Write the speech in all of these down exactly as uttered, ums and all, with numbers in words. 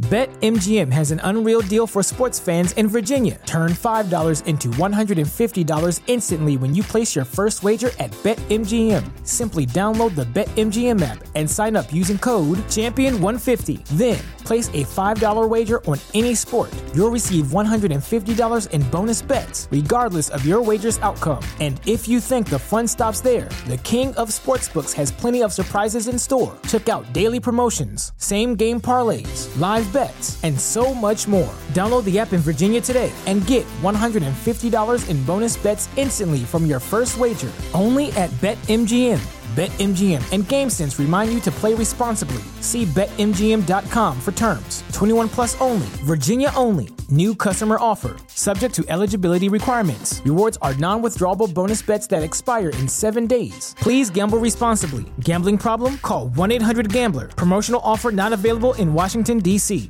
BetMGM has an unreal deal for sports fans in Virginia. Turn five dollars into one hundred fifty dollars instantly when you place your first wager at BetMGM. Simply download the BetMGM app and sign up using code champion one fifty. Then, place a five dollars wager on any sport. You'll receive one hundred fifty dollars in bonus bets, regardless of your wager's outcome. And if you think the fun stops there, the King of Sportsbooks has plenty of surprises in store. Check out daily promotions, same-game parlays, live bets, and so much more. Download the app in Virginia today and get one hundred fifty dollars in bonus bets instantly from your first wager. Only at BetMGM. BetMGM and GameSense remind you to play responsibly. See Bet M G M dot com for terms. twenty-one plus only. Virginia only. New customer offer. Subject to eligibility requirements. Rewards are non-withdrawable bonus bets that expire in seven days. Please gamble responsibly. Gambling problem? Call one eight hundred gambler. Promotional offer not available in Washington, D C.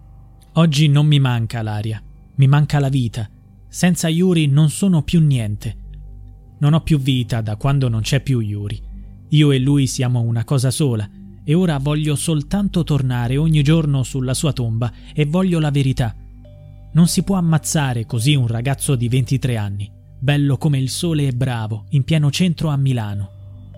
Oggi non mi manca l'aria. Mi manca la vita. Senza Yuri non sono più niente. Non ho più vita da quando non c'è più Yuri. Io e lui siamo una cosa sola e ora voglio soltanto tornare ogni giorno sulla sua tomba e voglio la verità. Non si può ammazzare così un ragazzo di ventitré anni, bello come il sole e bravo, in pieno centro a Milano.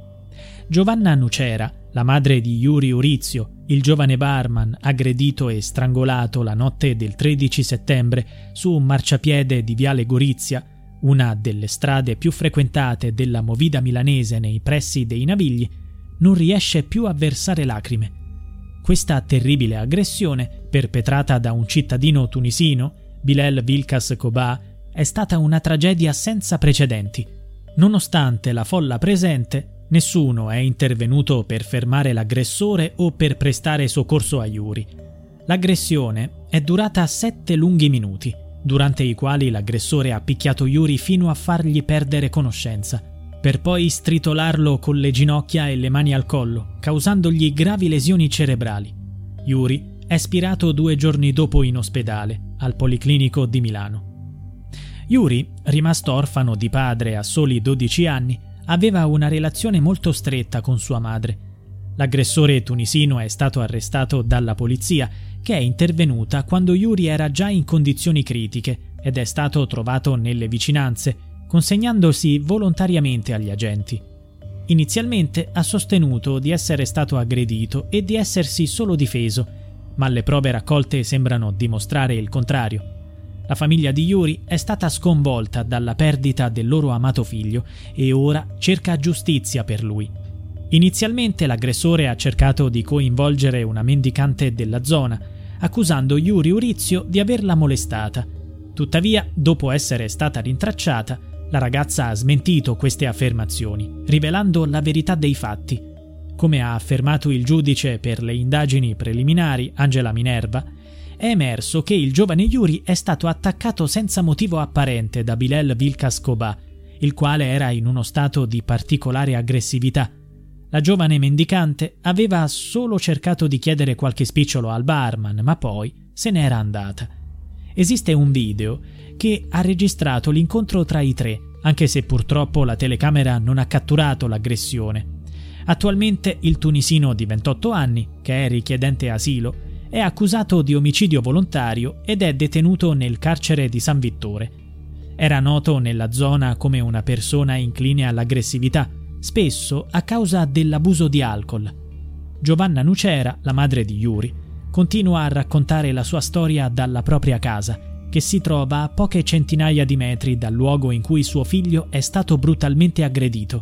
Giovanna Nucera, la madre di Yuri Urizio, il giovane barman aggredito e strangolato la notte del tredici settembre su un marciapiede di Viale Gorizia, una delle strade più frequentate della movida milanese nei pressi dei Navigli, non riesce più a versare lacrime. Questa terribile aggressione, perpetrata da un cittadino tunisino, Bilal Vilkas Koba, è stata una tragedia senza precedenti. Nonostante la folla presente, nessuno è intervenuto per fermare l'aggressore o per prestare soccorso a Yuri. L'aggressione è durata sette lunghi minuti, durante i quali l'aggressore ha picchiato Yuri fino a fargli perdere conoscenza, per poi stritolarlo con le ginocchia e le mani al collo, causandogli gravi lesioni cerebrali. Yuri è spirato due giorni dopo in ospedale, al Policlinico di Milano. Yuri, rimasto orfano di padre a soli dodici anni, aveva una relazione molto stretta con sua madre. L'aggressore tunisino è stato arrestato dalla polizia, che è intervenuta quando Yuri era già in condizioni critiche ed è stato trovato nelle vicinanze, consegnandosi volontariamente agli agenti. Inizialmente ha sostenuto di essere stato aggredito e di essersi solo difeso, ma le prove raccolte sembrano dimostrare il contrario. La famiglia di Yuri è stata sconvolta dalla perdita del loro amato figlio e ora cerca giustizia per lui. Inizialmente l'aggressore ha cercato di coinvolgere una mendicante della zona, accusando Yuri Urizio di averla molestata. Tuttavia, dopo essere stata rintracciata, la ragazza ha smentito queste affermazioni, rivelando la verità dei fatti. Come ha affermato il giudice per le indagini preliminari, Angela Minerva, è emerso che il giovane Yuri è stato attaccato senza motivo apparente da Bilal Vilkas Koba, il quale era in uno stato di particolare aggressività. La giovane mendicante aveva solo cercato di chiedere qualche spicciolo al barman, ma poi se n'era andata. Esiste un video che ha registrato l'incontro tra i tre, anche se purtroppo la telecamera non ha catturato l'aggressione. Attualmente il tunisino di ventotto anni, che è richiedente asilo, è accusato di omicidio volontario ed è detenuto nel carcere di San Vittore. Era noto nella zona come una persona incline all'aggressività, spesso a causa dell'abuso di alcol. Giovanna Nucera, la madre di Yuri, continua a raccontare la sua storia dalla propria casa, che si trova a poche centinaia di metri dal luogo in cui suo figlio è stato brutalmente aggredito.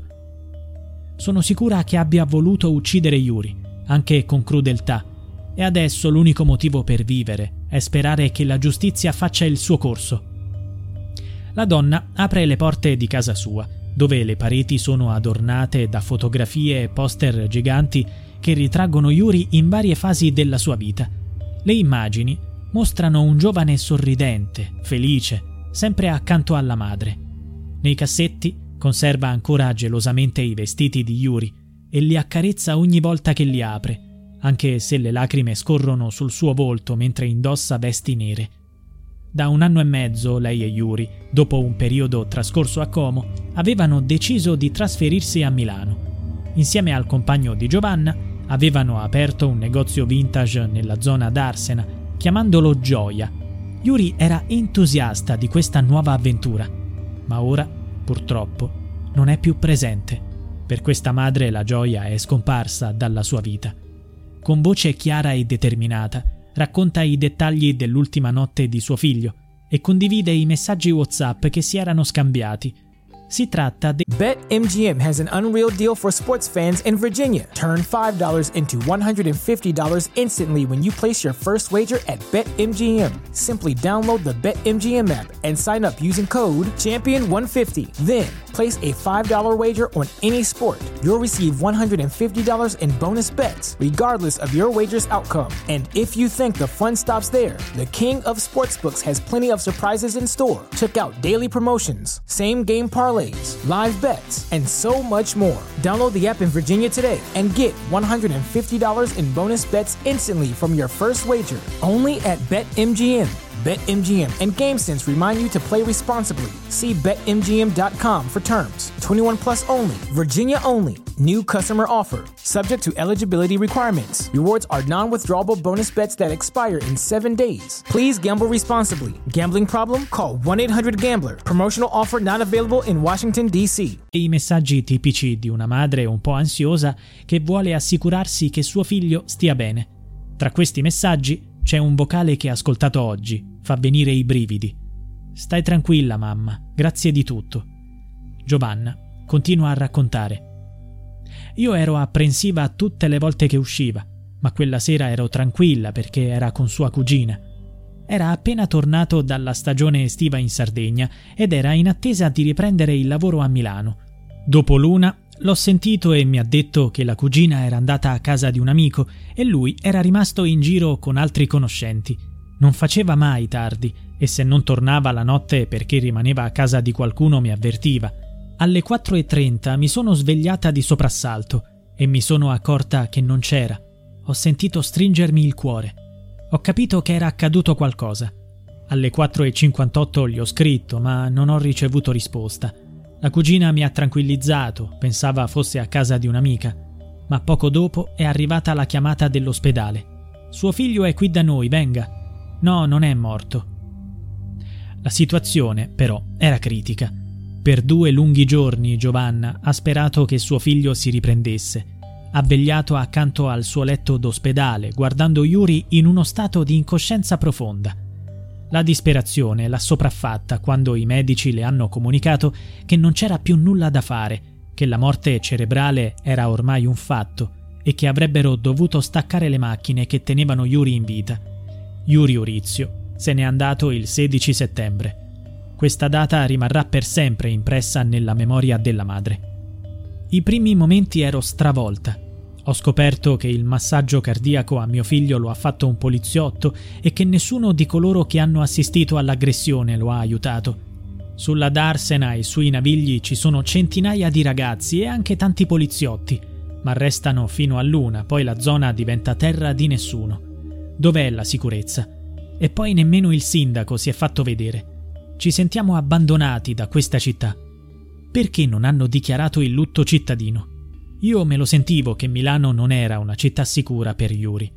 Sono sicura che abbia voluto uccidere Yuri, anche con crudeltà, e adesso l'unico motivo per vivere è sperare che la giustizia faccia il suo corso. La donna apre le porte di casa sua, dove le pareti sono adornate da fotografie e poster giganti che ritraggono Yuri in varie fasi della sua vita. Le immagini mostrano un giovane sorridente, felice, sempre accanto alla madre. Nei cassetti conserva ancora gelosamente i vestiti di Yuri e li accarezza ogni volta che li apre, anche se le lacrime scorrono sul suo volto mentre indossa vesti nere. Da un anno e mezzo lei e Yuri, dopo un periodo trascorso a Como, avevano deciso di trasferirsi a Milano. Insieme al compagno di Giovanna avevano aperto un negozio vintage nella zona d'Arsena chiamandolo Gioia. Yuri era entusiasta di questa nuova avventura, ma ora, purtroppo, non è più presente. Per questa madre la gioia è scomparsa dalla sua vita. Con voce chiara e determinata, racconta i dettagli dell'ultima notte di suo figlio e condivide i messaggi WhatsApp che si erano scambiati. Si tratta di BetMGM has an unreal deal for sports fans in Virginia. Turn five dollars into one hundred fifty dollars instantly when you place your first wager at BetMGM. Simply download the BetMGM app and sign up using code champion one fifty. Then, place a five dollars wager on any sport. You'll receive one hundred fifty dollars in bonus bets, regardless of your wager's outcome. And if you think the fun stops there, the king of sportsbooks has plenty of surprises in store. Check out daily promotions, same-game parlays, live bets, and so much more. Download the app in Virginia today and get one hundred fifty dollars in bonus bets instantly from your first wager. Only at BetMGM. BetMGM and GameSense remind you to play responsibly. See Bet M G M dot com for terms. twenty-one plus only. Virginia only. New customer offer. Subject to eligibility requirements. Rewards are non-withdrawable bonus bets that expire in seven days. Please gamble responsibly. Gambling problem? Call one eight hundred gambler. Promotional offer not available in Washington, D C. I messaggi tipici di una madre un po' ansiosa che vuole assicurarsi che suo figlio stia bene. Tra questi messaggi c'è un vocale che ascoltato oggi, fa venire i brividi. Stai tranquilla, mamma, grazie di tutto. Giovanna continua a raccontare. Io ero apprensiva tutte le volte che usciva, ma quella sera ero tranquilla perché era con sua cugina. Era appena tornato dalla stagione estiva in Sardegna ed era in attesa di riprendere il lavoro a Milano. Dopo l'una l'ho sentito e mi ha detto che la cugina era andata a casa di un amico e lui era rimasto in giro con altri conoscenti. Non faceva mai tardi e se non tornava la notte perché rimaneva a casa di qualcuno mi avvertiva. Alle quattro e trenta mi sono svegliata di soprassalto e mi sono accorta che non c'era. Ho sentito stringermi il cuore. Ho capito che era accaduto qualcosa. Alle quattro e cinquantotto gli ho scritto, ma non ho ricevuto risposta. La cugina mi ha tranquillizzato, pensava fosse a casa di un'amica, ma poco dopo è arrivata la chiamata dell'ospedale. Suo figlio è qui da noi, venga. No, non è morto. La situazione, però, era critica. Per due lunghi giorni Giovanna ha sperato che suo figlio si riprendesse. Ha vegliato accanto al suo letto d'ospedale, guardando Yuri in uno stato di incoscienza profonda. La disperazione l'ha sopraffatta quando i medici le hanno comunicato che non c'era più nulla da fare, che la morte cerebrale era ormai un fatto e che avrebbero dovuto staccare le macchine che tenevano Yuri in vita. Yuri Orizio se n'è andato il sedici settembre. Questa data rimarrà per sempre impressa nella memoria della madre. I primi momenti ero stravolta. Ho scoperto che il massaggio cardiaco a mio figlio lo ha fatto un poliziotto e che nessuno di coloro che hanno assistito all'aggressione lo ha aiutato. Sulla Darsena e sui Navigli ci sono centinaia di ragazzi e anche tanti poliziotti, ma restano fino all'una, poi la zona diventa terra di nessuno. Dov'è la sicurezza? E poi nemmeno il sindaco si è fatto vedere. Ci sentiamo abbandonati da questa città. Perché non hanno dichiarato il lutto cittadino? Io me lo sentivo che Milano non era una città sicura per Yuri.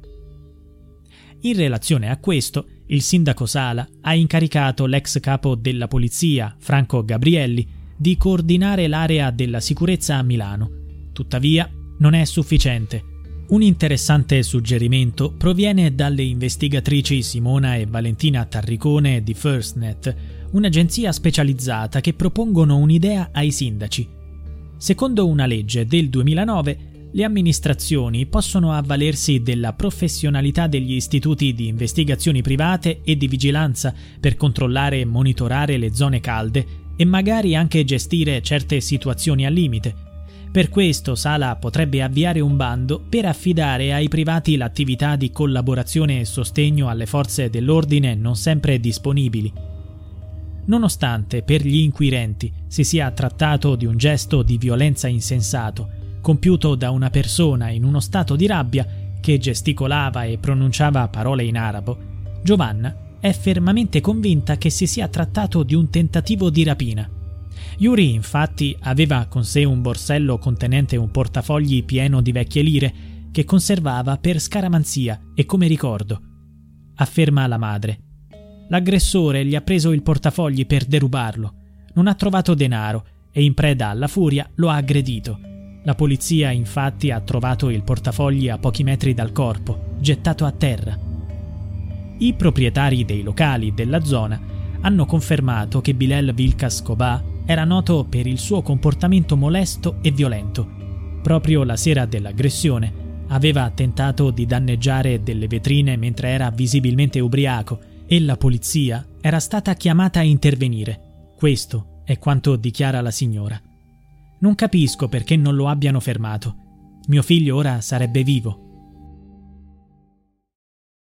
In relazione a questo, il sindaco Sala ha incaricato l'ex capo della polizia, Franco Gabrielli, di coordinare l'area della sicurezza a Milano. Tuttavia, non è sufficiente. Un interessante suggerimento proviene dalle investigatrici Simona e Valentina Tarricone di FirstNet, un'agenzia specializzata che propongono un'idea ai sindaci. Secondo una legge del duemilanove, le amministrazioni possono avvalersi della professionalità degli istituti di investigazioni private e di vigilanza per controllare e monitorare le zone calde e magari anche gestire certe situazioni al limite. Per questo Sala potrebbe avviare un bando per affidare ai privati l'attività di collaborazione e sostegno alle forze dell'ordine non sempre disponibili. Nonostante per gli inquirenti si sia trattato di un gesto di violenza insensato, compiuto da una persona in uno stato di rabbia che gesticolava e pronunciava parole in arabo, Giovanna è fermamente convinta che si sia trattato di un tentativo di rapina. Yuri, infatti, aveva con sé un borsello contenente un portafogli pieno di vecchie lire che conservava per scaramanzia e come ricordo. afferma la madre. L'aggressore gli ha preso il portafogli per derubarlo. Non ha trovato denaro e in preda alla furia lo ha aggredito. La polizia infatti ha trovato il portafogli a pochi metri dal corpo, gettato a terra. I proprietari dei locali della zona hanno confermato che Bilal Vilcas Kobah era noto per il suo comportamento molesto e violento. Proprio la sera dell'aggressione aveva tentato di danneggiare delle vetrine mentre era visibilmente ubriaco e la polizia era stata chiamata a intervenire. Questo è quanto dichiara la signora. Non capisco perché non lo abbiano fermato. Mio figlio ora sarebbe vivo.